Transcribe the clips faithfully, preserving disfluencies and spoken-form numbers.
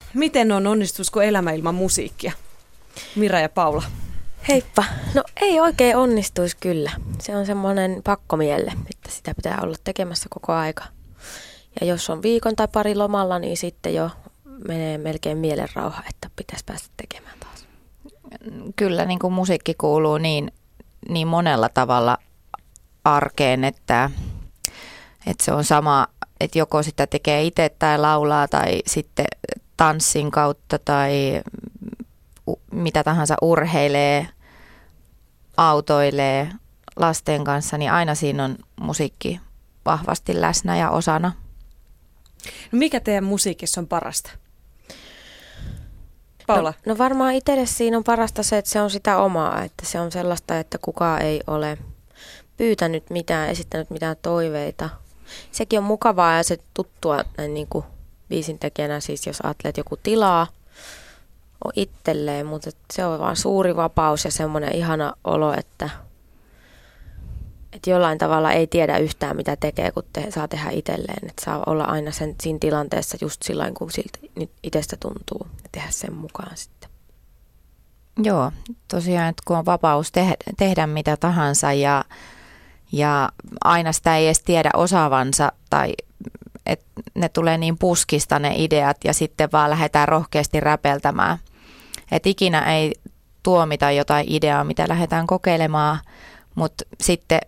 Miten on onnistuisiko elämä ilman musiikkia? Mira ja Paula. Heippa. No ei oikein onnistuisi kyllä. Se on semmoinen pakkomielle, että sitä pitää olla tekemässä koko aika. Ja jos on viikon tai pari lomalla, niin sitten jo menee melkein mielenrauha, että pitäisi päästä tekemään taas. Kyllä niin kuin musiikki kuuluu niin, niin monella tavalla arkeen, että, että se on sama, että joko sitä tekee itse tai laulaa tai sitten tanssin kautta tai mitä tahansa urheilee, autoilee lasten kanssa, niin aina siinä on musiikki vahvasti läsnä ja osana. No mikä teidän musiikissa on parasta? Paula? No, no varmaan itselle siinä on parasta se, että se on sitä omaa, että se on sellaista, että kukaan ei ole pyytänyt mitään, esittänyt mitään toiveita. Sekin on mukavaa ja se tuttua näin niin kuin biisintekijänä, siis jos ajattelet joku tilaa on itselleen, mutta se on vaan suuri vapaus ja semmoinen ihana olo, että, että jollain tavalla ei tiedä yhtään mitä tekee, kun te, saa tehdä itselleen. Että saa olla aina sen, siinä tilanteessa just sillä kun siltä nyt itsestä tuntuu ja tehdä sen mukaan sitten. Joo, tosiaan, että kun on vapaus tehdä, tehdä mitä tahansa ja, ja aina sitä ei edes tiedä osaavansa tai että ne tulee niin puskista ne ideat ja sitten vaan lähdetään rohkeasti räpeltämään. Että ikinä ei tuomita jotain ideaa, mitä lähdetään kokeilemaan, mutta sitten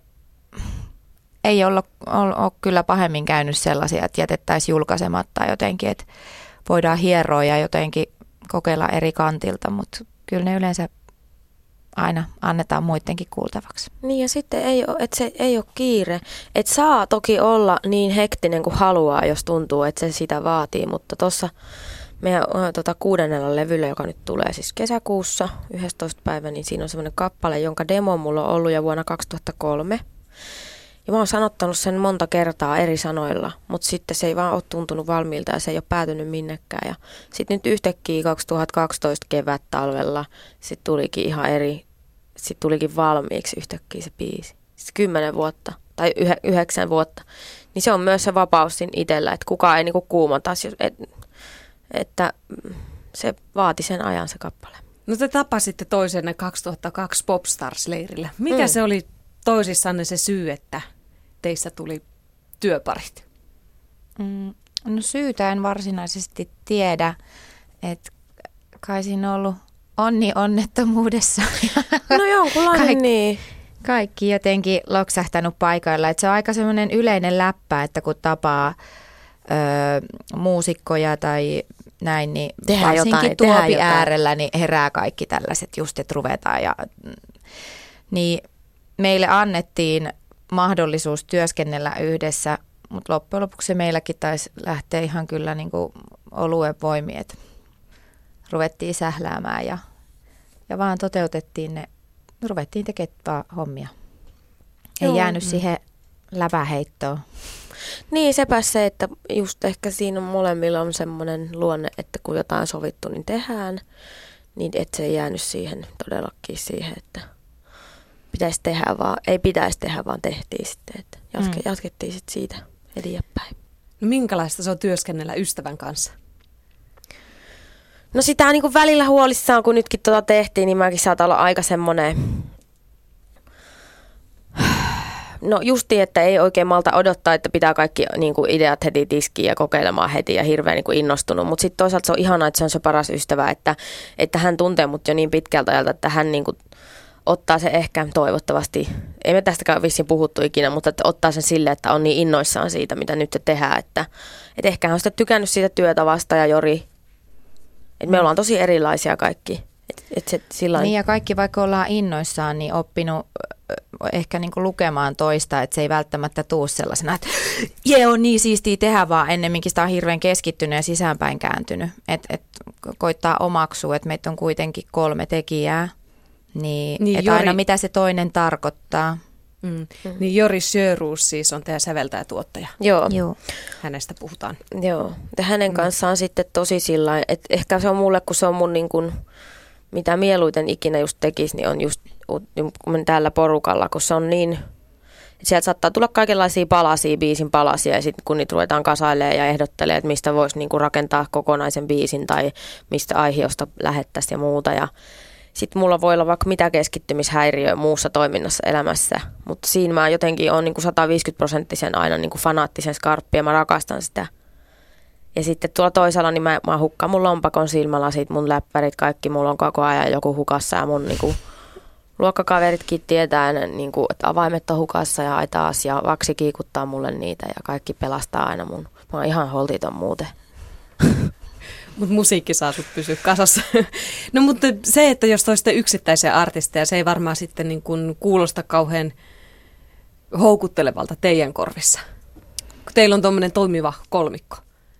ei ole, ole, ole kyllä pahemmin käynyt sellaisia, että jätettäisiin julkaisematta jotenkin, että voidaan hieroa ja jotenkin kokeilla eri kantilta, mutta kyllä ne yleensä aina annetaan muidenkin kuultavaksi. Niin ja sitten ei ole, että se ei ole kiire. Että saa toki olla niin hektinen kuin haluaa, jos tuntuu, että se sitä vaatii, mutta tuossa meidän tota, kuudennella levyllä, joka nyt tulee siis kesäkuussa yhdestoista päivä, niin siinä on semmoinen kappale, jonka demo mulla on ollut jo vuonna kaksituhattakolme. Ja mä oon sanottanut sen monta kertaa eri sanoilla, mutta sitten se ei vaan ole tuntunut valmiilta ja se ei ole päätynyt minnekään. Ja sitten nyt yhtäkkiä kaksituhattakaksitoista kevät talvella sitten tulikin ihan eri, sitten tulikin valmiiksi yhtäkkiä se biisi. Sitten kymmenen vuotta tai yh, yhdeksän vuotta. Niin se on myös se vapaus siinä itsellä, että kukaan ei niinku kuumota, et, että se vaati sen ajan se kappale. No te tapasitte toisenne kaksituhattakaksi Popstars-leirillä. Mikä Mm. se oli toisissanne se syy, että teistä tuli työparit? Mm, no syytä en varsinaisesti tiedä, että kai siinä on ollut onni onnettomuudessa. No jonkunlainen Kaik- niin. Kaikki jotenkin loksahtanut paikoilla. Että se on aika semmoinen yleinen läppä, että kun tapaa ö, muusikkoja tai näin, niin Tehdään varsinkin jotain, tuopi tehdään jotain. äärellä niin herää kaikki tällaiset just, että ruvetaan. Ja, niin meille annettiin mahdollisuus työskennellä yhdessä, mutta loppujen lopuksi se meilläkin taisi lähteä ihan kyllä niin kuin oluen voimiin, että ruvettiin sähläämään ja, ja vaan toteutettiin ne, ruvettiin tekemään vaan hommia. Ei Joo. jäänyt siihen läpäheittoon. Niin sepä se, että just ehkä siinä on molemmilla on semmoinen luonne, että kun jotain on sovittu, niin tehdään, niin et se ei jäänyt siihen todellakin siihen, että pitäisi tehdä vaan, ei pitäisi tehdä, vaan tehtiin sitten, että jatke, Mm. jatkettiin sitten siitä eteenpäin. No minkälaista se on työskennellä ystävän kanssa? No sitä niin kuin välillä huolissaan, kun nytkin tuota tehtiin, niin mäkin saatan olla aika semmoinen, no justi, että ei oikein malta odottaa, että pitää kaikki niin kuin ideat heti tiskiin ja kokeilemaan heti ja hirveän niin kuin innostunut. Mutta sitten toisaalta se on ihanaa, että se on se paras ystävä, että, että hän tuntee mut jo niin pitkältä ajalta, että hän niin kuin ottaa se ehkä toivottavasti, ei me tästäkään vissiin puhuttu ikinä, mutta että ottaa sen silleen, että on niin innoissaan siitä, mitä nyt tehdään. Että, että ehkä hän on sitten tykännyt siitä työtavasta ja Jori. Et me ollaan tosi erilaisia kaikki. Et, et se, sillain... Niin ja kaikki vaikka ollaan innoissaan, niin oppinut ehkä niinku lukemaan toista, että se ei välttämättä tuu sellaisena, että jee on niin siistiä tehdä, vaan ennemminkin sitä on hirveän keskittynyt ja sisäänpäin kääntynyt. Että et koittaa omaksua, että meitä on kuitenkin kolme tekijää, niin, Niin, että Jori- aina mitä se toinen tarkoittaa. Mm. Mm. Niin Jori Sjöruus siis on teidän säveltäjä tuottaja. Joo. Joo. Hänestä puhutaan. Joo, ja hänen kanssaan sitten tosi sillä että ehkä se on mulle, kun se on mun niin kuin, mitä mieluiten ikinä just tekisi, niin on just kun täällä porukalla, kun se on niin, Et sieltä saattaa tulla kaikenlaisia palasia, biisin palasia, ja sitten kun niitä ruvetaan kasailemaan ja ehdottelemaan, että mistä voisi niinku rakentaa kokonaisen biisin tai mistä aiheesta lähettäisiin ja muuta. Ja sitten mulla voi olla vaikka mitä keskittymishäiriöä muussa toiminnassa elämässä, mutta siinä mä jotenkin olen niinku sata viisikymmentä prosenttisen aina niinku fanaattisen skarppi ja mä rakastan sitä. Ja sitten tuolla toisella niin mä, mä hukkaan mun lompakon silmälasit, mun läppärit, kaikki, mulla on koko ajan joku hukassa ja mun niinku luokkakaveritkin tietää, niinku, että avaimet on hukassa ja ai taas ja vaksi kiikuttaa mulle niitä ja kaikki pelastaa aina mun. Mä oon ihan holtiton muuten. Mutta musiikki saa sut pysyä kasassa. No mutta se, että jos toisitte yksittäisiä artisteja, se ei varmaan sitten niin kuin kuulosta kauhean houkuttelevalta teidän korvissa. Kun teillä on tuommoinen toimiva kolmikko.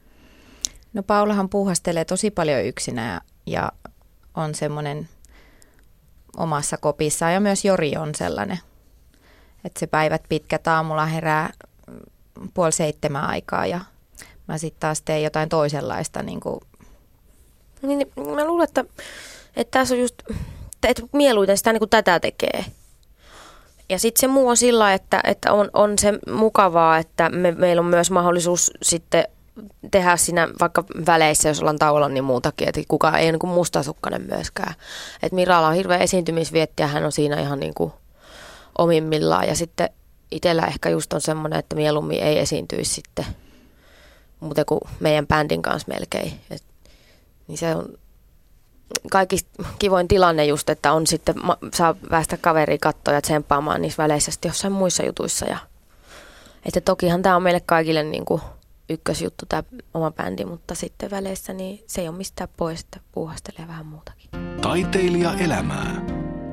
No Paulahan puuhastelee tosi paljon yksinään ja on semmoinen omassa kopissaan ja myös Jori on sellainen, että se päivät pitkät aamulla herää puoli seitsemän aikaa ja mä sitten taas teen jotain toisenlaista. Niin kuin. Niin, mä luulen, että, että tässä on just, että mieluiten sitä niin kuin tätä tekee. Ja sitten se muu on sillä, että, että on, on se mukavaa, että me, meillä on myös mahdollisuus sitten tehdä siinä vaikka väleissä, jos ollaan tauolla, niin muutakin, että kukaan ei ole niin kuin mustasukkainen myöskään. Että Miralla on hirveä esiintymisvietti ja hän on siinä ihan niin kuin omimmillaan. Ja sitten itsellä ehkä just on semmoinen, että mieluummin ei esiintyisi sitten muuten kuin meidän bändin kanssa melkein. Et, niin se on kaikista kivoin tilanne just, että on sitten, saa päästä kaveria katsoa ja tsemppaamaan niissä väleissä sitten jossain muissa jutuissa. Ja, että tokihan tämä on meille kaikille niin kuin ykkösjuttu tämä oma bändi, mutta sitten väleissä niin se ei ole mistään pois, että puuhastelee vähän muutakin. Taiteilija elämää.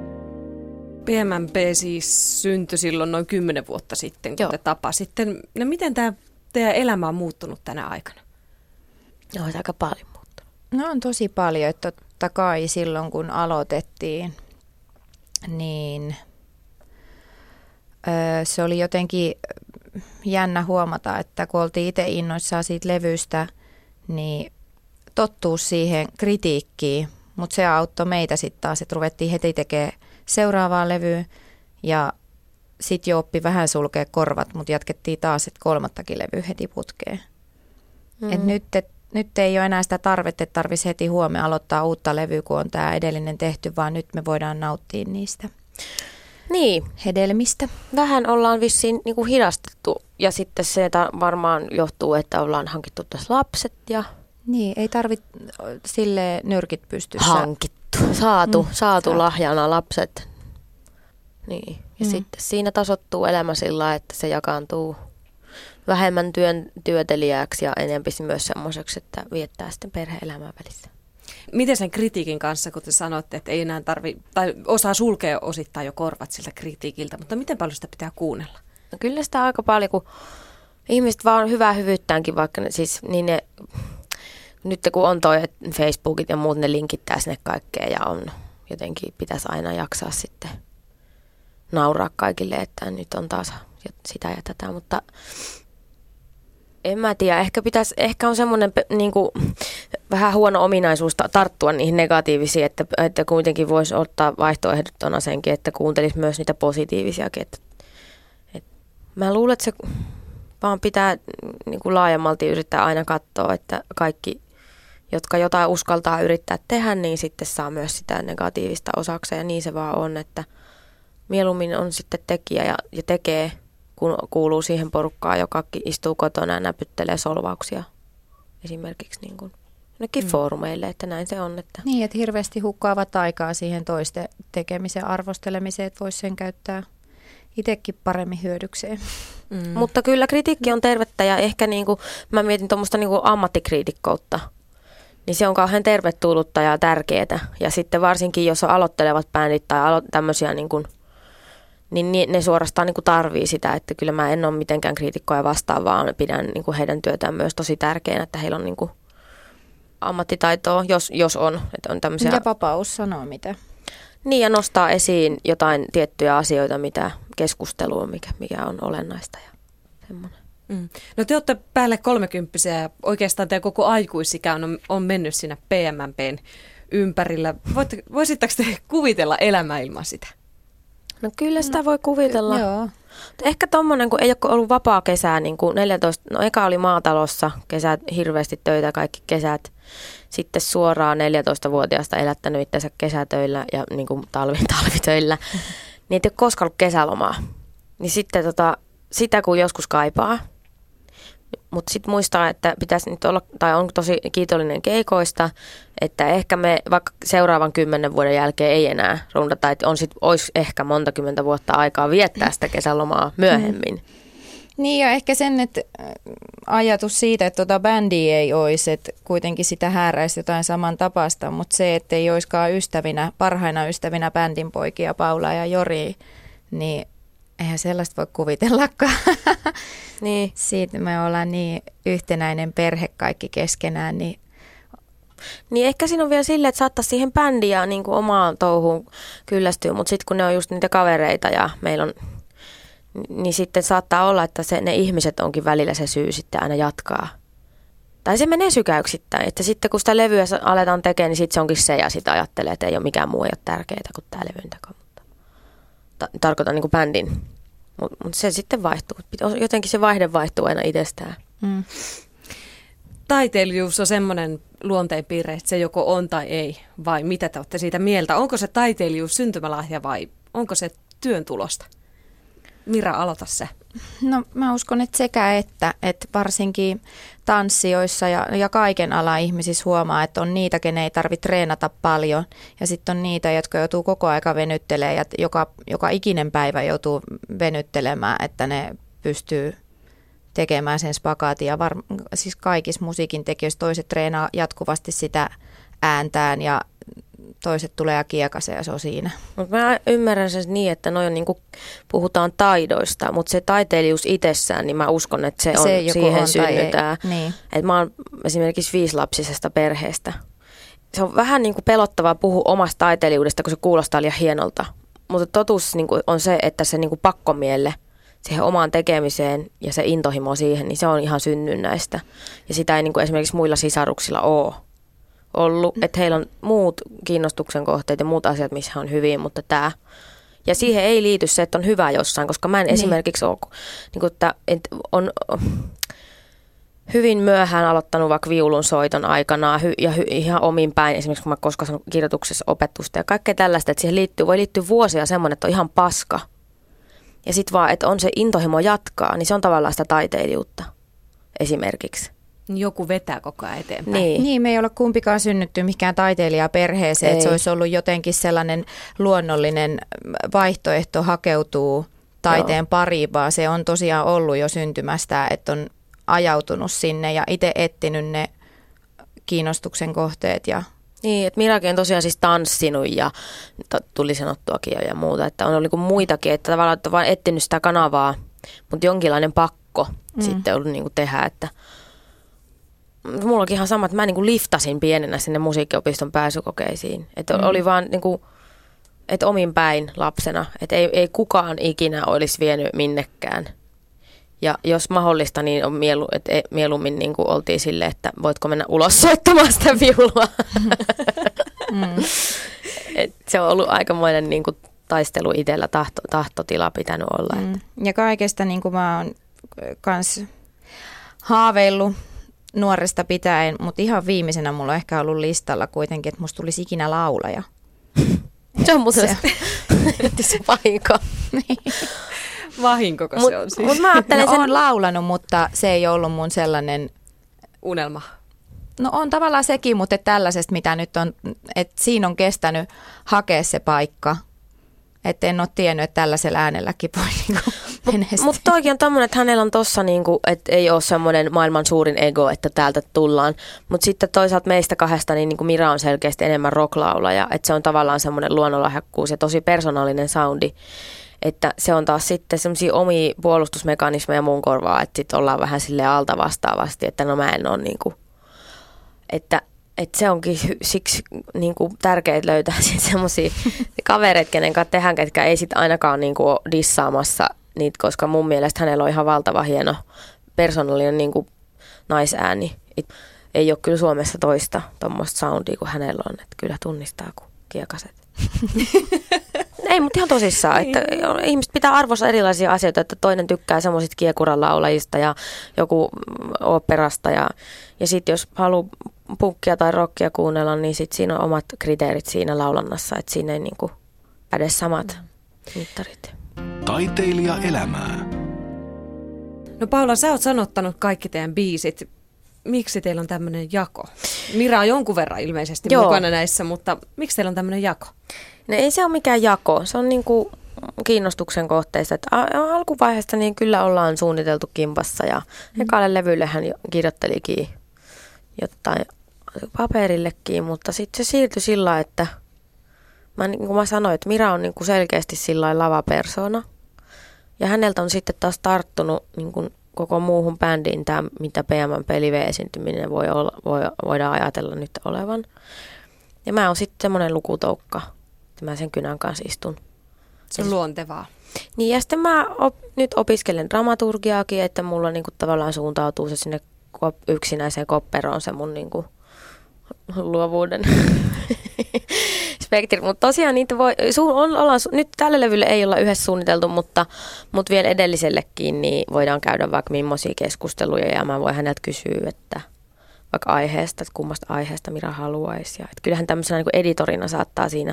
P M M P siis syntyi silloin noin kymmenen vuotta sitten, kun Joo. te tapasitte. No miten tämä teidän elämä on muuttunut tänä aikana? No, on aika paljon muuttunut. No on tosi paljon, että totta kai silloin kun aloitettiin, niin öö, se oli jotenkin jännä huomata, että kun oltiin itse innoissaan siitä levystä, niin tottuu siihen kritiikkiin, mutta se auttoi meitä sitten taas, että ruvettiin heti tekemään seuraavaa levyä ja sitten jo oppi vähän sulkea korvat, mutta jatkettiin taas, että kolmattakin levyä heti putkeen. Mm. Et nyt, et, nyt ei ole enää sitä tarvetta, että tarvitsisi heti huomenna aloittaa uutta levyä, kun on tämä edellinen tehty, vaan nyt me voidaan nauttia niistä Niin, hedelmistä. vähän ollaan vissiin niin kuin hidastettu ja sitten se varmaan johtuu, että ollaan hankittu tässä lapset ja Niin, ei tarvitse sille nyrkit pystyssä. hankittu, saatu, Mm, saatu saatu. lahjana lapset. Niin, ja Mm. sitten siinä tasoittuu elämä sillä lailla, että se jakaantuu vähemmän työn, työtelijäksi ja enemmän myös semmoiseksi, että viettää sitten perhe-elämää välissä. Miten sen kritiikin kanssa, kun te sanotte, että ei enää tarvi, tai osaa sulkea osittain jo korvat siltä kritiikiltä, mutta miten paljon sitä pitää kuunnella? No kyllä sitä aika paljon, kun ihmiset vaan hyvää hyvyyttäänkin, vaikka ne, siis, niin ne, nyt kun on toi Facebookit ja muut, ne linkittää sinne kaikkeen ja on jotenkin pitäisi aina jaksaa sitten nauraa kaikille, että nyt on taas sitä ja tätä, mutta en mä tiedä, ehkä, pitäisi, ehkä on semmoinen niin kuin, vähän huono ominaisuus tarttua niihin negatiivisiin, että, että kuitenkin voisi ottaa vaihtoehdottona senkin, että kuuntelisi myös niitä positiivisiakin. Että, että mä luulen, että se vaan pitää niin kuin laajemmalti yrittää aina katsoa, että kaikki, jotka jotain uskaltaa yrittää tehdä, niin sitten saa myös sitä negatiivista osakseen ja niin se vaan on, että mieluummin on sitten tekijä ja, ja tekee, kun kuuluu siihen porukkaan, joka istuu kotona ja näpyttelee solvauksia esimerkiksi niin kuin jonnekin mm. foorumeille, että näin se on. Että. Niin, että hirveästi hukkaavat aikaa siihen toisten tekemisen arvostelemiseen, että voisi sen käyttää itsekin paremmin hyödykseen. Mm. Mutta kyllä kritiikki on tervettä ja ehkä niin kuin, mä mietin tuommoista niin kuin ammattikriitikkoutta, niin se on kauhean tervetullutta ja tärkeää. Ja sitten varsinkin, jos on aloittelevat bändit tai alo- tämmöisiä niin kuin niin ne suorastaan niin kuin tarvii sitä, että kyllä mä en ole mitenkään kriitikkoja vastaan, vaan pidän niin kuin heidän työtään myös tosi tärkeänä, että heillä on niin kuin ammattitaitoa, jos, jos on. Että on tämmöisiä. Ja vapaus sanoa mitä. Niin, ja nostaa esiin jotain tiettyjä asioita, mitä keskustelua, mikä, mikä on olennaista ja semmoinen. Mm. No te olette päälle kolmekymppisiä ja oikeastaan teidän koko aikuisikä on, on mennyt siinä P M M P:n ympärillä. Voitte, voisitteko te kuvitella elämää ilman sitä? No kyllä sitä voi kuvitella. Joo, Ehkä tommonen, kun ei ole ollut vapaa kesää, niin kuin neljätoista, no eka oli maatalossa kesät, hirveästi töitä kaikki kesät. Sitten suoraan neljätoistavuotiaasta elättänyt itsensä kesätöillä ja niin kuin talvi, talvitöillä. Niin ei ole koskaan ollut kesälomaa. Niin sitten tota, sitä kun joskus kaipaa. Mutta sitten muistaa, että pitäisi nyt olla, tai on tosi kiitollinen keikoista, että ehkä me vaikka seuraavan kymmenen vuoden jälkeen ei enää rundata, että on sit, olisi ehkä monta kymmentä vuotta aikaa viettää sitä kesälomaa myöhemmin. Mm. Niin ja ehkä sen, että ajatus siitä, että tota bändiä ei olisi, että kuitenkin sitä hääräisi jotain samantapaista, mutta se, että ei olisikaan ystävinä, parhaina ystävinä bändin poikia Paula ja Jori, niin eihän sellaista voi kuvitellakaan. Niin. Siitä me ollaan niin yhtenäinen perhe kaikki keskenään. Niin, niin ehkä siinä on vielä silleen, että saattaisi siihen bändiin ja niin kuin omaan touhuun kyllästyä, mutta sitten kun ne on just niitä kavereita ja meillä on, niin sitten saattaa olla, että se, ne ihmiset onkin välillä se syy sitten aina jatkaa. Tai se menee sykäyksittäin, että sitten kun sitä levyä aletaan tekemään, niin sitten se onkin se ja sitten ajattelee, että ei ole mikään muu ei ole tärkeää kuin tämä levyn teko. Mutta tarkoitan niin kuin bändin. Mutta mut se sitten vaihtuu. Jotenkin se vaihde vaihtuu aina itsestään. Mm. Taiteilijuus on semmoinen luonteenpiirre, että se joko on tai ei. Vai mitä te olette siitä mieltä? Onko se taiteilijuus syntymälahja vai onko se työn tulosta? Mira, aloita se. No mä uskon, että sekä että, että varsinkin tanssijoissa ja, ja kaiken alan ihmisissä huomaa, että on niitä, kenen ei tarvitse treenata paljon. Ja sitten on niitä, jotka joutuu koko aika venyttelemään ja joka, joka ikinen päivä joutuu venyttelemään, että ne pystyy tekemään sen spakaatin. Ja var, siis kaikissa musiikin tekijöissä toiset treenaa jatkuvasti sitä ääntään ja toiset tulee ja kiekasee ja se on siinä. Mut mä ymmärrän sen niin, että noi on niinku, puhutaan taidoista, mutta se taiteilijuus itsessään, niin mä uskon, että se, se on, siihen synnytään. Niin. Et mä oon esimerkiksi viisilapsisesta perheestä. Se on vähän niinku pelottavaa puhua omasta taiteilijuudesta, kun se kuulostaa liian hienolta. Mutta totuus niinku on se, että se niinku pakkomielle siihen omaan tekemiseen ja se intohimo siihen, niin se on ihan synnynnäistä. Ja sitä ei niinku esimerkiksi muilla sisaruksilla ole ollut, että heillä on muut kiinnostuksen kohteet ja muut asiat, missä on hyvin, mutta tämä. Ja siihen ei liity se, että on hyvä jossain, koska mä en niin. esimerkiksi ole, niin kuin, että, että on hyvin myöhään aloittanut vaikka viulun soiton aikana hy, ja hy, ihan omin päin, esimerkiksi kun mä koskaan sanon kirjoituksessa opetusta ja kaikkea tällaista, että siihen liittyy, voi liittyä vuosia semmoinen, että on ihan paska. Ja sitten vaan, että on se intohimo jatkaa, niin se on tavallaan sitä taiteilijuutta esimerkiksi. Joku vetää koko ajan eteenpäin. Niin. niin, me ei ole kumpikaan synnytty mikään taiteilijaperheeseen, että se olisi ollut jotenkin sellainen luonnollinen vaihtoehto hakeutuu taiteen Joo. pariin, vaan se on tosiaan ollut jo syntymästä, että on ajautunut sinne ja itse etsinyt ne kiinnostuksen kohteet. Ja niin, että Mirakin on tosiaan siis tanssinut ja tuli sanottuakin jo ja muuta, että on ollut muitakin, että tavallaan että vaan etsinyt sitä kanavaa, mutta jonkinlainen pakko mm. sitten ollut niin kuin tehdä, että mulla onkin ihan sama, että mä niin kuin liftasin pienenä sinne musiikkiopiston pääsykokeisiin. Että mm. oli vaan niin kuin, että omin päin lapsena. Että ei, ei kukaan ikinä olisi vienyt minnekään. Ja jos mahdollista, niin on mielu, että mieluummin niin kuin oltiin silleen, että voitko mennä ulos soittamaan sitä viulua. Mm. Et se on ollut aikamoinen niin kuin taistelu itsellä, tahto, tahtotila pitänyt olla. Mm. Ja kaikesta niin kuin mä oon kans haaveillut nuoresta pitäen, mutta ihan viimeisenä mulla on ehkä ollut listalla kuitenkin, että musta tulisi ikinä laulaja. Se on musta se, se vahinko. Niin. Vahinkoko mut, se on siis? Mut mä ajattelen, no, sen... Oon laulanut, mutta se ei ollut mun sellainen unelma. No on tavallaan sekin, mutta tällaisesta mitä nyt on, että siinä on kestänyt hakea se paikka. Että en ole tiennyt, että tällaisella äänelläkin voi niinku menestyä. Mutta toikin on tämmöinen, että hänellä on tossa, niinku, että ei ole semmoinen maailman suurin ego, että täältä tullaan. Mutta sitten toisaalta meistä kahdesta, niin niinku Mira on selkeästi enemmän rocklaulaja. Että se on tavallaan semmoinen luonnonlahjakkuus ja tosi persoonallinen soundi. Että se on taas sitten semmoisia omia puolustusmekanismeja mun korvaa, että sitten ollaan vähän silleen alta vastaavasti, että no mä en ole niinku, että että se onkin siksi niinku tärkeää löytää sitten semmoisia kavereita, kenen kanssa tehdään, ketkä ei sitten ainakaan niinku ole dissaamassa niitä, koska mun mielestä hänellä on ihan valtava hieno persoonallinen niinku naisääni. Et ei ole kyllä Suomessa toista tuommoista soundia kuin hänellä on, että kyllä tunnistaa kuin kiekaset. ei, mutta ihan tosissaan, että ihmiset pitää arvossa erilaisia asioita, että toinen tykkää semmoisista kiekuranlaulajista ja joku oopperasta ja, ja sitten jos haluaa punkkia tai rockia kuunnella, niin sitten siinä on omat kriteerit siinä laulannassa, että siinä ei niinku päde samat mittarit. Taiteilija elämää. No Paula, sä oot sanottanut kaikki teidän biisit. Miksi teillä on tämmöinen jako? Mira on jonkun verran ilmeisesti Joo. mukana näissä, mutta miksi teillä on tämmöinen jako? No ei se ole mikään jako. Se on niinku kiinnostuksen kohteista. Että alkuvaiheesta niin kyllä ollaan suunniteltu kimpassa ja mm. ekalle levyllehän kirjoittelikin jotain paperillekin, mutta sitten se siirtyi sillä, että mä, niin kuin mä sanoin, että Mira on niin kuin selkeästi sillä lavapersona. Ja häneltä on sitten taas tarttunut niin kuin koko muuhun bändiin tämä, mitä P M P live-esiintyminen voi olla, voi, voidaan ajatella nyt olevan. Ja mä oon sitten semmoinen lukutoukka, että mä sen kynän kanssa istun. Se on luontevaa. Niin ja sitten mä op, nyt opiskelen dramaturgiaakin, että mulla niinku tavallaan suuntautuu se sinne kop, yksinäiseen kopperoon se mun niinku luovuuden spektri. Mutta tosiaan niitä voi, su, on, ollaan, nyt tälle levylle ei olla yhdessä suunniteltu, mutta, mutta vielä edellisellekin niin voidaan käydä vaikka millaisia keskusteluja ja mä voin häneltä kysyä, että vaikka aiheesta, että kummasta aiheesta Mira haluaisi. Ja, että kyllähän tämmöisenä niin kuin editorina saattaa siinä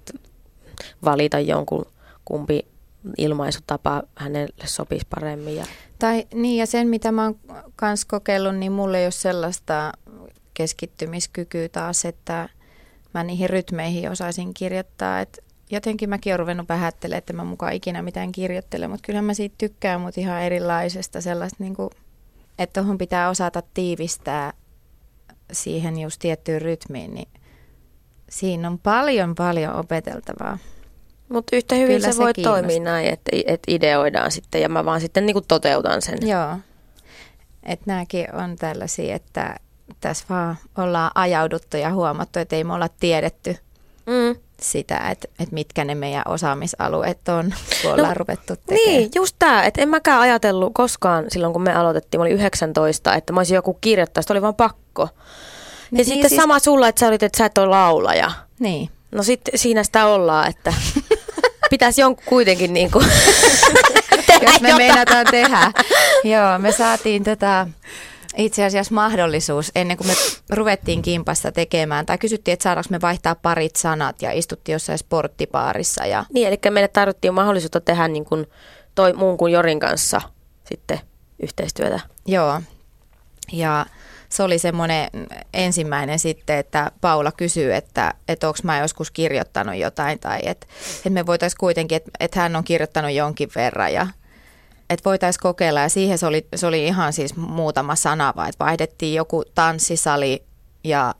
valita jonkun kumpi ilmaisutapa hänelle sopisi paremmin. Ja. Tai niin, ja sen mitä mä oon kans kokeillut, niin mulla ei ole sellaista keskittymiskykyä taas, että mä niihin rytmeihin osaisin kirjoittaa. Et jotenkin mäkin olen ruvennut vähättelemään, että mä mukaan ikinä mitään kirjoittele, mutta kyllähän mä siitä tykkään, mutta ihan erilaisesta sellaista, niin kuin, että tuohon pitää osata tiivistää siihen just tiettyyn rytmiin, niin siinä on paljon paljon opeteltavaa. Mutta yhtä hyvin Kyllä se, se voi kiinnostaa. Toimia näin, että, että ideoidaan sitten ja mä vaan sitten niin kuin toteutan sen. Joo, että nämäkin on tällaisia, että tässä vaan ollaan ajauduttu ja huomattu, että ei me olla tiedetty mm. sitä, että, että mitkä ne meidän osaamisalueet on, kun ollaan no, ruvettu tekemään. Niin, just tämä, että en mäkään ajatellut koskaan silloin, kun me aloitettiin, mä olin yhdeksäntoista, että mä olisin joku kirjoittaa, sitä oli vaan pakko. Ja niin, sitten siis... sama sulla, että sä olit, että sä et ole laulaja. Niin. No sitten siinä sitä ollaan, että pitäisi jonkun kuitenkin niin kuin tehdä Jos me jotain. meinataan tehdä. Joo, me saatiin tätä itse asiassa mahdollisuus ennen kuin me ruvettiin kimpassa tekemään. Tai kysyttiin, että saadaanko me vaihtaa parit sanat ja istuttiin jossain sporttipaarissa. Ja... Niin, eli meille tarvittiin mahdollisuutta tehdä niin kuin toi muun kuin Jorin kanssa sitten yhteistyötä. Joo, ja se oli semmoinen ensimmäinen sitten, että Paula kysyy, että, että onko mä joskus kirjoittanut jotain tai että, että me voitaisiin kuitenkin, että, että hän on kirjoittanut jonkin verran ja että voitaisiin kokeilla. Ja siihen se oli, se oli ihan siis muutama sana, vaan että vaihdettiin joku tanssisali ja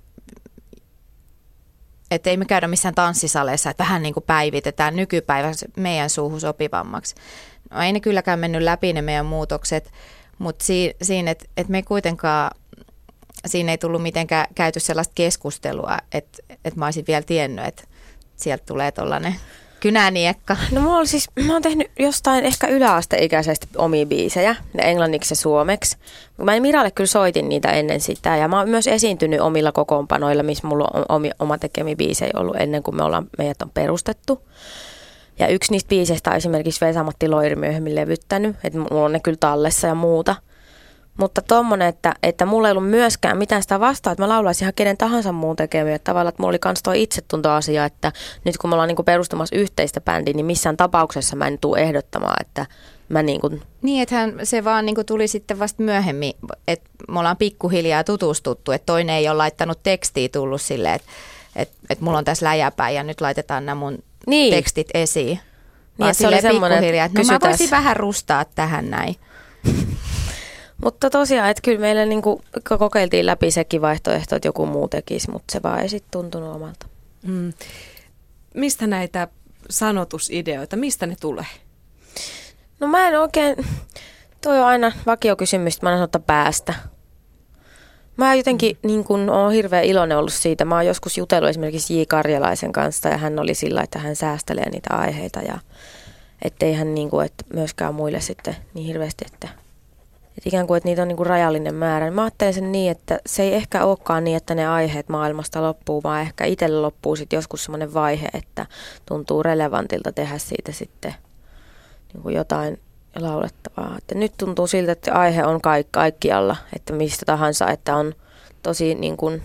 että ei me käydä missään tanssisaleissa, että vähän niin kuin päivitetään nykypäivässä meidän suuhun sopivammaksi. No ei ne kylläkään mennyt läpi ne meidän muutokset. Mutta si- siinä, että et me ei kuitenkaan, siinä ei tullut mitenkään käyty sellaista keskustelua, että et mä olisin vielä tiennyt, että sieltä tulee tollainen kynäniekka. No mulla siis, mä oon tehnyt jostain ehkä yläasteikäisesti omia biisejä, ne englanniksi ja suomeksi. Mä Miralle kyllä soitin niitä ennen sitä ja mä oon myös esiintynyt omilla kokoonpanoilla, missä mulla on omi, oma tekemi biisejä ollut ennen kuin me ollaan, meidät on perustettu. Ja yksi niistä biiseistä on esimerkiksi Vesa-Matti Loiri myöhemmin levyttänyt, että mulla on ne kyllä tallessa ja muuta. Mutta tommonen, että, että mulla ei ollut myöskään mitään sitä vastaa, että mä laulaisin ihan kenen tahansa muun tekemiä. Että tavallaan, että mulla oli kans toi itsetuntoasia, että nyt kun me ollaan niinku perustamassa yhteistä bändiä, niin missään tapauksessa mä en tule ehdottamaan, että mä niinku... Niin, että se vaan niinku tuli sitten vasta myöhemmin, että me ollaan pikkuhiljaa tutustuttu, että toinen ei ole laittanut tekstiä tullut silleen, että, että, että mulla on tässä läjäpäin ja nyt laitetaan nämä mun... Niin. tekstit esiin. Niin, se oli semmoinen, että no mä voisin vähän rustaa tähän näin. Mutta tosiaan, että kyllä meille niinku kokeiltiin läpi sekin vaihtoehto, että joku muu tekisi, mutta se vaan ei sitten tuntunut omalta. Mm. Mistä näitä sanotusideoita, mistä ne tulee? No mä en oikein, toi on aina vakiokysymys, mä en sanota päästä. Mä jotenkin mm. niin kun, oon hirveän iloinen ollut siitä. Mä oon joskus jutellut esimerkiksi J. Karjalaisen kanssa ja hän oli sillä, että hän säästelee niitä aiheita ja ettei hän niin kun, että myöskään muille sitten niin hirveästi, että, Et ikään kuin, että niitä on niin kuin rajallinen määrä. Mä ajattelen sen niin, että se ei ehkä olekaan niin, että ne aiheet maailmasta loppuu, vaan ehkä itselle loppuu sitten joskus semmoinen vaihe, että tuntuu relevantilta tehdä siitä sitten niin kuin jotain laulettavaa. Että nyt tuntuu siltä, että aihe on kaik- kaikkialla, että mistä tahansa, että on tosi niin kuin,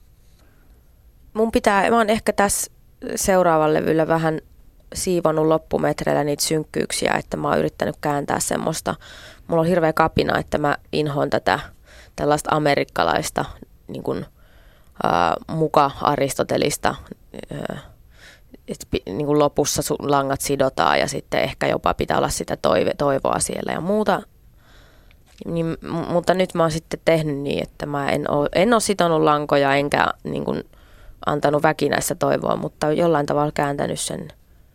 mun pitää, mä oon ehkä tässä seuraavalla levyllä vähän siivonut loppumetreillä niitä synkkyyksiä, että mä oon yrittänyt kääntää semmoista, mulla on hirveä kapina, että mä inhoon tätä tällaista amerikkalaista niin kuin, ää, muka Aristotelista, ää, että niin kuin lopussa langat sidotaan ja sitten ehkä jopa pitää olla sitä toive, toivoa siellä ja muuta. Niin, mutta nyt mä oon sitten tehnyt niin, että mä en oo, en oo sitonut lankoja enkä niin kuin antanut väkinäistä toivoa, mutta jollain tavalla kääntänyt sen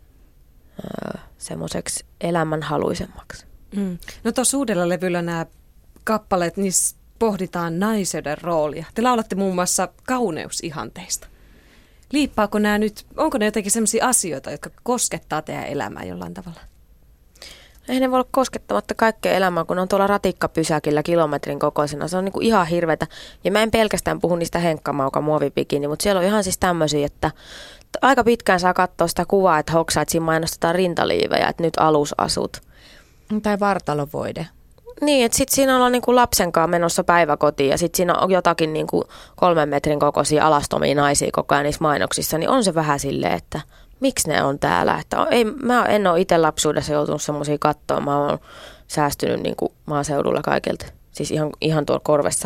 öö, semmoiseksi elämänhaluisemmaksi. Mm. No tuossa uudella levyllä nämä kappaleet, niissä pohditaan naisuuden roolia. Te laulatte muun muassa kauneusihanteista. Liippaako nämä nyt, onko ne jotenkin sellaisia asioita, jotka koskettaa teidän elämää jollain tavalla? Eihän ne voi olla koskettamatta kaikkea elämää, kun on tuolla ratikkapysäkillä kilometrin kokoisena. Se on niinku ihan hirvetä. Ja mä en pelkästään puhu niistä henkkamauka muovipikini, mutta siellä on ihan siis tämmöisiä, että aika pitkään saa katsoa sitä kuvaa, että hoksaa, että siinä mainostetaan rintaliivejä, että nyt alusasut. Tai vartalovoide. Niin, että sitten siinä ollaan niinku lapsen kanssa menossa päiväkotiin ja sitten siinä on jotakin niinku kolmen metrin kokoisia alastomia naisia koko ajan niissä mainoksissa, niin on se vähän silleen, että miksi ne on täällä? Että ei, mä en ole itse lapsuudessa joutunut semmoisia kattoa. Mä oon säästynyt niin kuin maaseudulla kaikilta. Siis ihan, ihan tuolla korvessa.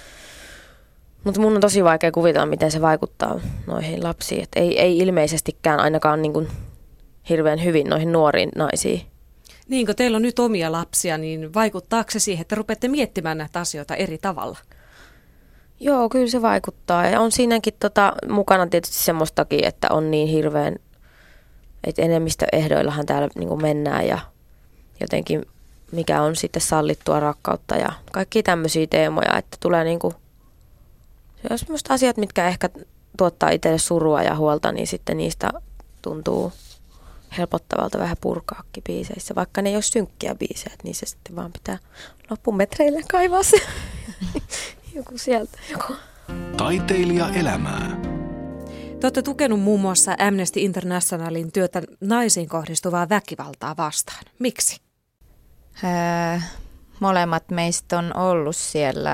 Mutta mun on tosi vaikea kuvitella, miten se vaikuttaa noihin lapsiin. Et ei, ei ilmeisestikään ainakaan niin kuin hirveän hyvin noihin nuoriin naisiin. Niin, kun teillä on nyt omia lapsia, niin vaikuttaako se siihen, että rupeatte miettimään näitä asioita eri tavalla? Joo, kyllä se vaikuttaa. Ja on siinäkin tota, mukana tietysti semmoistakin, että on niin hirveän, että enemmistöehdoillahan täällä niin kuin mennään ja jotenkin mikä on sitten sallittua rakkautta ja kaikki tämmöisiä teemoja, että tulee niin kuin, se on semmoista asiat, mitkä ehkä tuottaa itselle surua ja huolta, niin sitten niistä tuntuu helpottavalta vähän purkaakin biiseissä, vaikka ne ei ole synkkiä biisejä, niin se sitten vaan pitää loppumetreillä kaivaa se joku sieltä. Joku. Taiteilija elämää. Te olette tukenut muun muassa Amnesty Internationalin työtä naisiin kohdistuvaa väkivaltaa vastaan. Miksi? Öö, molemmat meistä on ollut siellä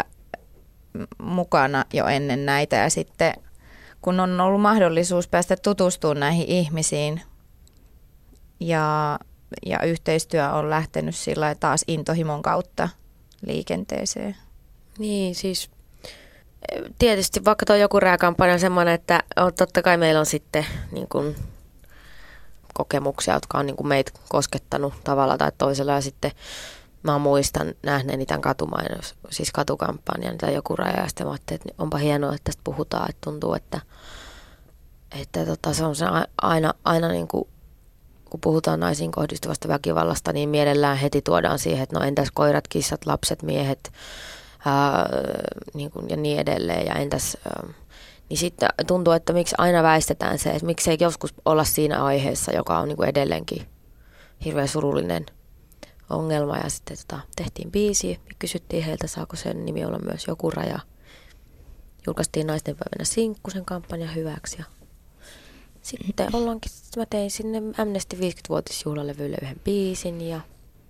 mukana jo ennen näitä ja sitten kun on ollut mahdollisuus päästä tutustumaan näihin ihmisiin ja, ja yhteistyö on lähtenyt sillä taas intohimon kautta liikenteeseen. Niin, siis tietysti vaikka tuo joku rääkampanja on semmoinen, että totta kai meillä on sitten niin kuin kokemuksia, jotka on niin kuin meitä koskettanut tavalla tai toisella. Ja sitten mä muistan nähneeni tämän katumainos, siis katukampanjan tai joku raja. Ja sitten mä ajattelin, että onpa hienoa, että tästä puhutaan. Että tuntuu, että, että tota, se on se aina, aina niin kuin, kun puhutaan naisiin kohdistuvasta väkivallasta, niin mielellään heti tuodaan siihen, että no entäs koirat, kissat, lapset, miehet. Ää, niin kuin, ja niin edelleen. Ja entäs, ää, niin sitten tuntuu, että miksi aina väistetään se, että miksi ei joskus olla siinä aiheessa, joka on niin kuin edelleenkin hirveän surullinen ongelma. Ja sitten tota, tehtiin biisi ja kysyttiin heiltä, saako sen nimi olla myös joku raja. Julkaistiin naistenpäivänä Sinkkusen kampanjan hyväksi. Ja sitten ollaankin, mä tein sinne Amnesty viisikymmenvuotisjuhlalevylle yhden biisin ja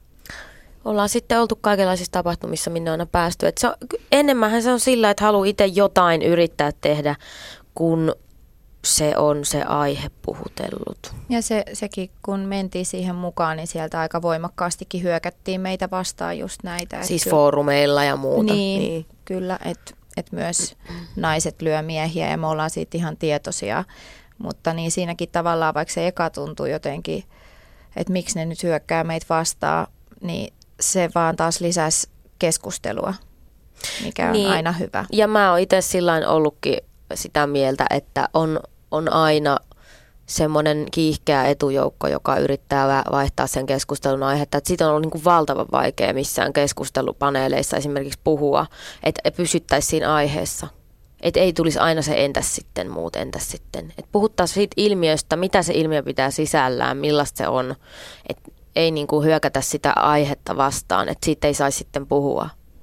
ollaan sitten oltu kaikenlaisissa tapahtumissa, minne on aina päästy. Et se on, enemmänhän se on sillä, että haluaa itse jotain yrittää tehdä, kun se on se aihe puhutellut. Ja se, sekin, kun mentiin siihen mukaan, niin sieltä aika voimakkaastikin hyökättiin meitä vastaan just näitä. Siis kyllä, foorumeilla ja muuta. Niin, niin. Kyllä, että et myös naiset lyö miehiä ja me ollaan siitä ihan tietoisia. Mutta niin siinäkin tavallaan, vaikka se eka tuntuu jotenkin, että miksi ne nyt hyökkää meitä vastaan, niin se vaan taas lisäsi keskustelua, mikä on niin, aina hyvä. Ja mä oon itse sillain ollutkin sitä mieltä, että on, on aina semmoinen kiihkeä etujoukko, joka yrittää vaihtaa sen keskustelun aihetta. Että siitä on ollut niin kuin valtavan vaikea missään keskustelupaneeleissa esimerkiksi puhua, että pysyttäisiin siinä aiheessa. Että ei tulisi aina se entäs sitten, muut entäs sitten. Että puhuttaisiin siitä ilmiöstä, mitä se ilmiö pitää sisällään, millaista se on. Että ei niin kuin hyökätä sitä aihetta vastaan, että siitä ei saisi sitten puhua.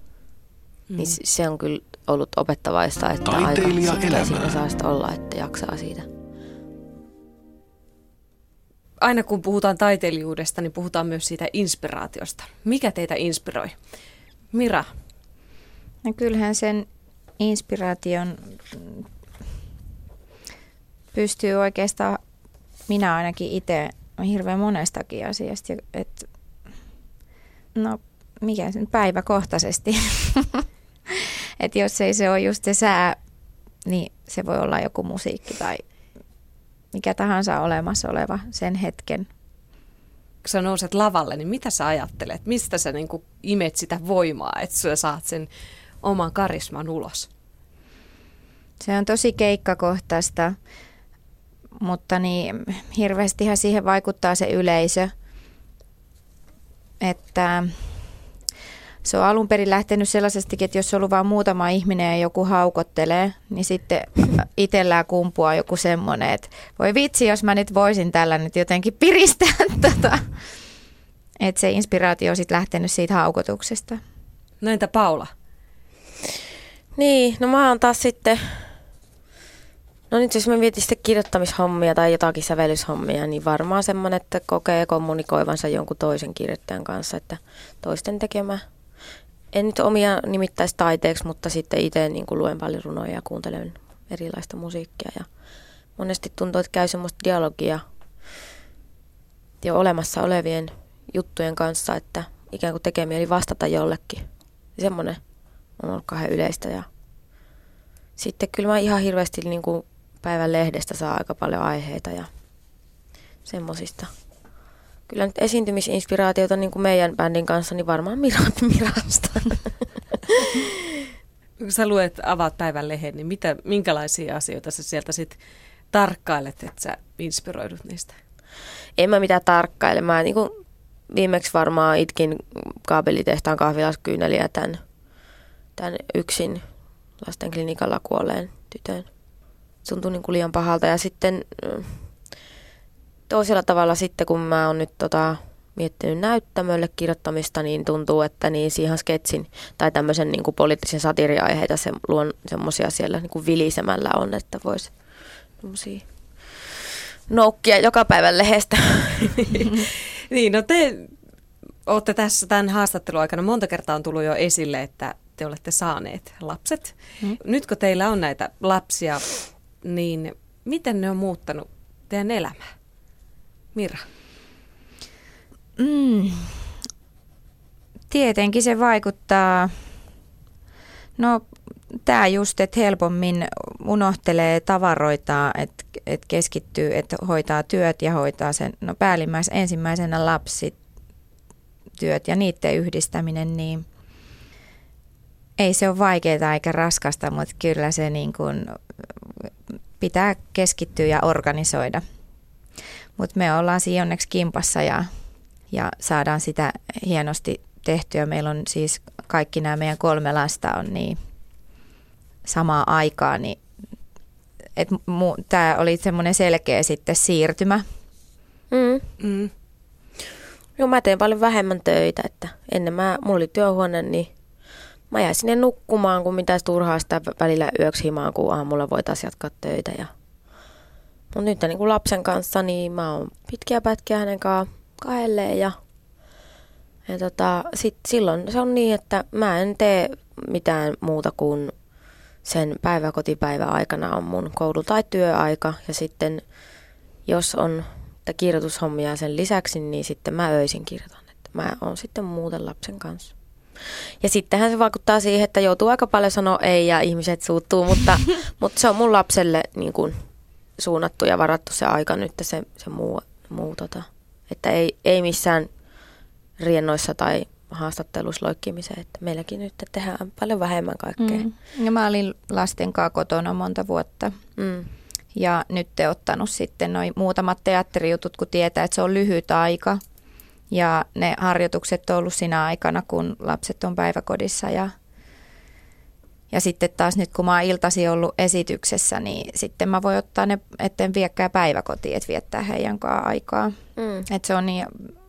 Mm. Niin se on kyllä ollut opettavaista, että aika sitkeä siinä saa sitä olla, että jaksaa siitä. Aina kun puhutaan taiteilijuudesta, niin puhutaan myös siitä inspiraatiosta. Mikä teitä inspiroi? Mira? No kyllähän sen inspiraation pystyy oikeastaan, minä ainakin itse, hirveän monestakin asiasta. Et, no mikä sen päiväkohtaisesti. Että jos ei se ole just se sää, niin se voi olla joku musiikki tai mikä tahansa olemassa oleva sen hetken. Kun sä nouset lavalle, niin mitä sä ajattelet? Mistä sä niin kuin imet sitä voimaa, että sä saat sen oman karisman ulos? Se on tosi keikkakohtaista, mutta niin hirveästihän siihen vaikuttaa se yleisö. Että se on alun perin lähtenyt sellaisestikin, että jos on ollut vain muutama ihminen ja joku haukottelee, niin sitten itsellään kumpuaa joku semmoinen, että voi vitsi, jos mä nyt voisin tällä nyt jotenkin piristää tota. Että se inspiraatio on sitten lähtenyt siitä haukotuksesta. No entä Paula? Niin, no mä oon taas sitten, no nyt jos mä mietin sitten kirjoittamishommia tai jotakin sävellyshommia, niin varmaan semmoinen, että kokee kommunikoivansa jonkun toisen kirjoittajan kanssa, että toisten tekemä. En nyt omia nimittäisi taiteeksi, mutta sitten itse niin kuin luen paljon runoja ja kuuntelen erilaista musiikkia. Ja monesti tuntuu, että käy semmoista dialogia jo olemassa olevien juttujen kanssa, että ikään kuin tekee mieli vastata jollekin. Semmoinen on ollut kahden yleistä. Ja sitten kyllä mä ihan hirveästi niin kuin päivän lehdestä saa aika paljon aiheita ja semmosista. Kyllä nyt esiintymisinspiraatiota niin kuin meidän bändin kanssa, niin varmaan Mirasta. Kun sä luet, avaat päivän lehden, niin mitä, minkälaisia asioita sä sieltä sit tarkkailet, että sä inspiroidut niistä? En mä mitään tarkkaile. Mä niin kuin viimeksi varmaan itkin kaapelitehtaan kahvilaskyyneliä tämän, tämän yksin lastenklinikalla kuolleen tytön. Se tuntui niin kuin liian pahalta. Ja sitten toisella tavalla sitten, kun mä oon nyt tota, miettinyt näyttämölle kirjoittamista, niin tuntuu, että niin siihen sketsin tai tämmöisen niin kuin poliittisen satiiriaiheita se, luon semmoisia siellä niin kuin vilisemällä on, että voisi semmoisia noukkia joka päivän lehdestä. Niin, no te olette tässä tämän haastattelun aikana monta kertaa on tullut jo esille, että te olette saaneet lapset. Mm. Nyt kun teillä on näitä lapsia, niin miten ne on muuttanut teidän elämää? Mira? Mm. Tietenkin se vaikuttaa, no tämä just, että helpommin unohtelee tavaroita, että et keskittyy, että hoitaa työt ja hoitaa sen, no päällimmäis ensimmäisenä lapsi työt ja niiden yhdistäminen, niin ei se ole vaikeaa eikä raskasta, mutta kyllä se niin kuin pitää keskittyä ja organisoida. Mutta me ollaan siinä onneksi kimpassa ja, ja saadaan sitä hienosti tehtyä. Meillä on siis kaikki nämä meidän kolme lasta on niin samaa aikaa, niin tämä oli semmoinen selkeä sitten siirtymä. Mm. Mm. Joo, mä teen paljon vähemmän töitä, että ennen mä, mulla oli työhuone, niin mä jäin sinne nukkumaan, kun mitäs turhaa sitä välillä yöksi himaan, kun aamulla voitaisiin jatkaa töitä. Ja mutta nyt niin kuin lapsen kanssa, niin mä oon pitkiä pätkiä hänen kanssaan kahdelleen ja, ja tota, sit silloin se on niin, että mä en tee mitään muuta kuin sen päiväkotipäivän aikana on mun koulu- tai työaika ja sitten jos on kirjoitushommia sen lisäksi, niin sitten mä öisin kirjoitan, että mä oon sitten muuten lapsen kanssa. Ja sittenhän se vaikuttaa siihen, että joutuu aika paljon sanoa ei ja ihmiset suuttuu, mutta, mutta se on mun lapselle niin kuin suunnattu ja varattu se aika nyt se, se muu, muu tota. Että ei, ei missään riennoissa tai haastatteluissa loikkimiseen, että meilläkin nyt tehdään paljon vähemmän kaikkea. Mm. Ja mä olin lasten kanssa kotona monta vuotta mm. ja nyt te ottanut sitten noin muutamat teatterijutut, kun tietää, että se on lyhyt aika ja ne harjoitukset on ollut siinä aikana, kun lapset on päiväkodissa ja Ja sitten taas nyt, kun mä oon iltasi ollut esityksessä, niin sitten mä voin ottaa ne, etten viekään päiväkotiin, että viettää heidän kanssaan aikaa. Mm. Että se on niin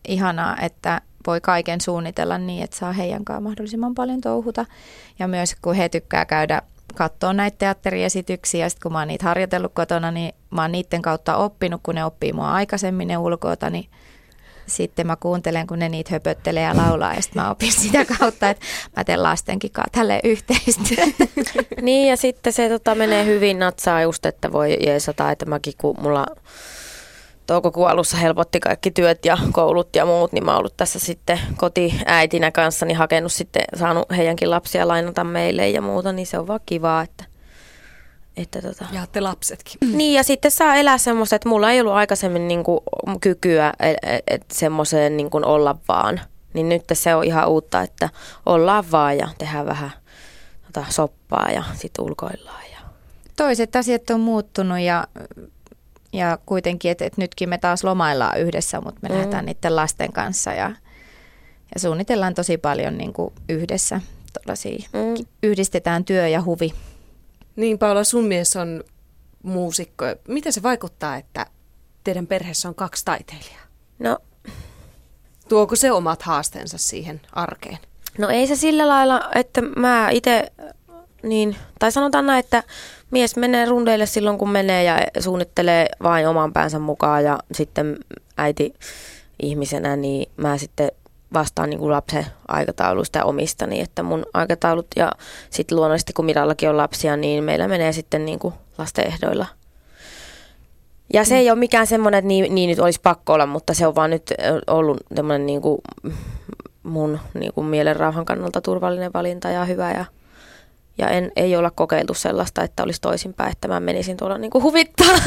ihanaa, että voi kaiken suunnitella niin, että saa heidän kanssaan mahdollisimman paljon touhuta. Ja myös kun he tykkää käydä katsoa näitä teatteriesityksiä, ja sitten kun mä oon niitä harjoitellut kotona, niin mä oon niiden kautta oppinut, kun ne oppii mua aikaisemmin ne ulkoota, niin sitten mä kuuntelen, kun ne niitä höpöttelee ja laulaa, ja sitten mä opin sitä kautta, että mä teen lastenkin kanssa tälleen yhteistyötä. Niin, ja sitten se tota, menee hyvin natsaa just, että voi jeesata, että mäkin kun mulla toukokuun alussa helpotti kaikki työt ja koulut ja muut, niin mä oon ollut tässä sitten kotiäitinä kanssa, niin hakenut sitten, saanut heidänkin lapsia lainata meille ja muuta, niin se on vaan kivaa, että Että tota. Ja te lapsetkin. Niin, ja sitten saa elää semmoista, että mulla ei ollut aikaisemmin niinku kykyä et, et semmoiseen niinku olla vaan. Niin nyt se on ihan uutta, että ollaan vaan ja tehdään vähän tota, soppaa ja sitten ulkoillaan. Ja. Toiset asiat on muuttunut ja, ja kuitenkin, että et nytkin me taas lomaillaan yhdessä, mutta me mm. lähdetään niiden lasten kanssa ja, ja suunnitellaan tosi paljon niinku yhdessä. Mm. Yhdistetään työ ja huvi. Niin, Paula, sun mies on muusikko. Miten se vaikuttaa, että teidän perheessä on kaksi taiteilijaa? No, tuoko se omat haasteensa siihen arkeen? No ei se sillä lailla, että mä itse, niin, tai sanotaan näin, että mies menee rundeille silloin, kun menee ja suunnittelee vain oman päänsä mukaan ja sitten äiti ihmisenä, niin mä sitten vastaan niin kuin lapsen aikatauluista ja omista, niin että mun aikataulut ja sitten luonnollisesti kun Mirallakin on lapsia, niin meillä menee sitten niin kuin lasten ehdoilla. Ja se mm. ei ole mikään semmoinen, että niin, niin nyt olisi pakko olla, mutta se on vaan nyt ollut tämmöinen niin kuin mun niin kuin mielen rauhan kannalta turvallinen valinta ja hyvä. Ja, ja en, ei olla kokeiltu sellaista, että olisi toisinpäin, että mä menisin tuolla niin kuin huvittaa.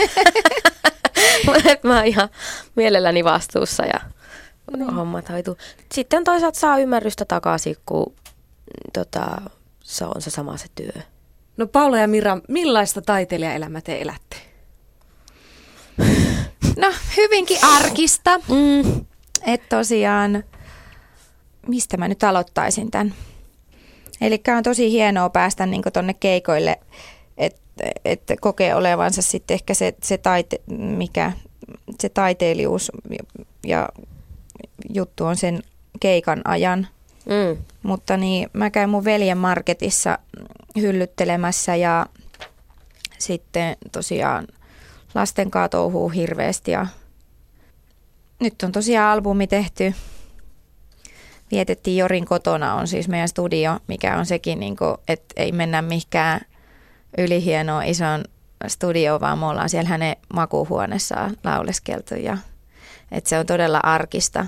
Mä oon ihan mielelläni vastuussa ja no. hommat hoituu. Sitten toisaalta saa ymmärrystä takaisin, kun tota, se on se sama se työ. No Paula ja Mira, millaista taiteilijaelämää te elätte? No hyvinkin arkista. Mm. Että tosiaan, mistä mä nyt aloittaisin tämän? Eli on tosi hienoa päästä niin tuonne keikoille, että et kokee olevansa sitten ehkä se, se, taite, mikä, se taiteilijuus ja juttu on sen keikan ajan. Mm. Mutta niin, mä käyn mun veljen marketissa hyllyttelemässä ja sitten tosiaan lasten kanssa touhuu hirveästi. Ja nyt on tosiaan albumi tehty. Vietettiin Jorin kotona, on siis meidän studio, mikä on sekin, niin kuin, että ei mennä mihinkään ylihienoon ison studioon, vaan me ollaan siellä hänen makuuhuoneessaan lauleskeltu. Ja, että se on todella arkista.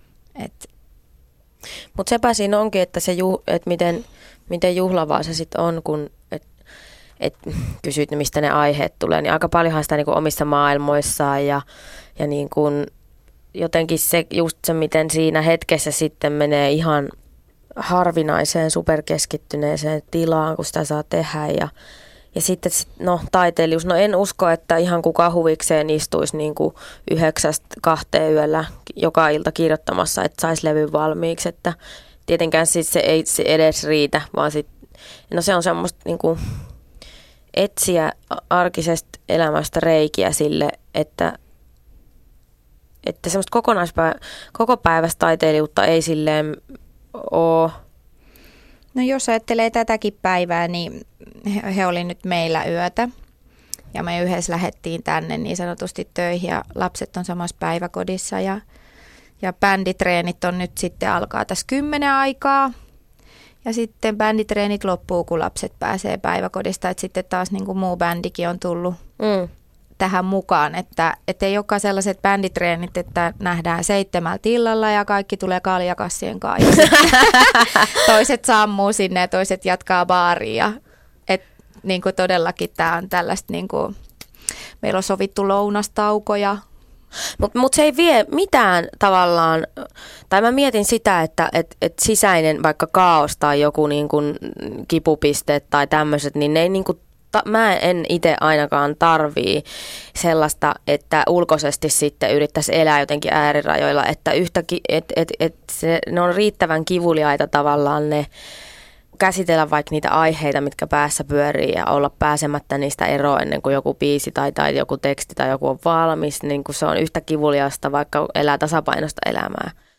Mutta sepä siinä onkin, että, se ju, että miten, miten juhlavaa se sitten on, kun et, et kysyt, mistä ne aiheet tulee, niin aika paljonhan sitä niinku omissa maailmoissaan ja, ja niin kun jotenkin se, just se, miten siinä hetkessä sitten menee ihan harvinaiseen, superkeskittyneeseen tilaan, kun sitä saa tehdä ja Ja sitten no, taiteilijuus, no en usko, että ihan kukaan huvikseen istuisi niin kuin yhdeksästä kahteen yöllä joka ilta kirjoittamassa, että saisi levyn valmiiksi. Että tietenkään siis se ei se edes riitä, vaan sit, no se on semmoista niin kuin etsiä arkisesta elämästä reikiä sille, että, että semmoista kokonaispäivä, koko päivästä taiteilijuutta ei silleen ole. No jos ajattelee tätäkin päivää, niin he, he oli nyt meillä yötä ja me yhdessä lähdettiin tänne niin sanotusti töihin ja lapset on samassa päiväkodissa ja, ja bänditreenit on nyt sitten alkaa tässä kymmenen aikaa ja sitten bänditreenit loppuu, kun lapset pääsee päiväkodista, että sitten taas niin kuin muu bändikin on tullut mm. tähän mukaan, että, että ei olekaan sellaiset bänditreenit, että nähdään seitsemältä illalla ja kaikki tulee kaljakassien kanssa. Toiset sammuu sinne ja toiset jatkaa baaria. Että niin kuin todellakin tämä on tällaista, niin kuin, meillä on sovittu lounastaukoja. Mutta mut se ei vie mitään tavallaan, tai mä mietin sitä, että et, et sisäinen vaikka kaos tai joku niin kuin kipupiste tai tämmöiset, niin ne ei niin kuin mä en itse ainakaan tarvii sellaista, että ulkoisesti sitten yrittäisi elää jotenkin äärirajoilla, että yhtäkin, et, et, et se, ne on riittävän kivuliaita tavallaan ne, käsitellä vaikka niitä aiheita, mitkä päässä pyörii ja olla pääsemättä niistä eroon ennen kuin joku biisi tai, tai joku teksti tai joku on valmis, niin kuin se on yhtä kivuliasta, vaikka elää tasapainosta elämää.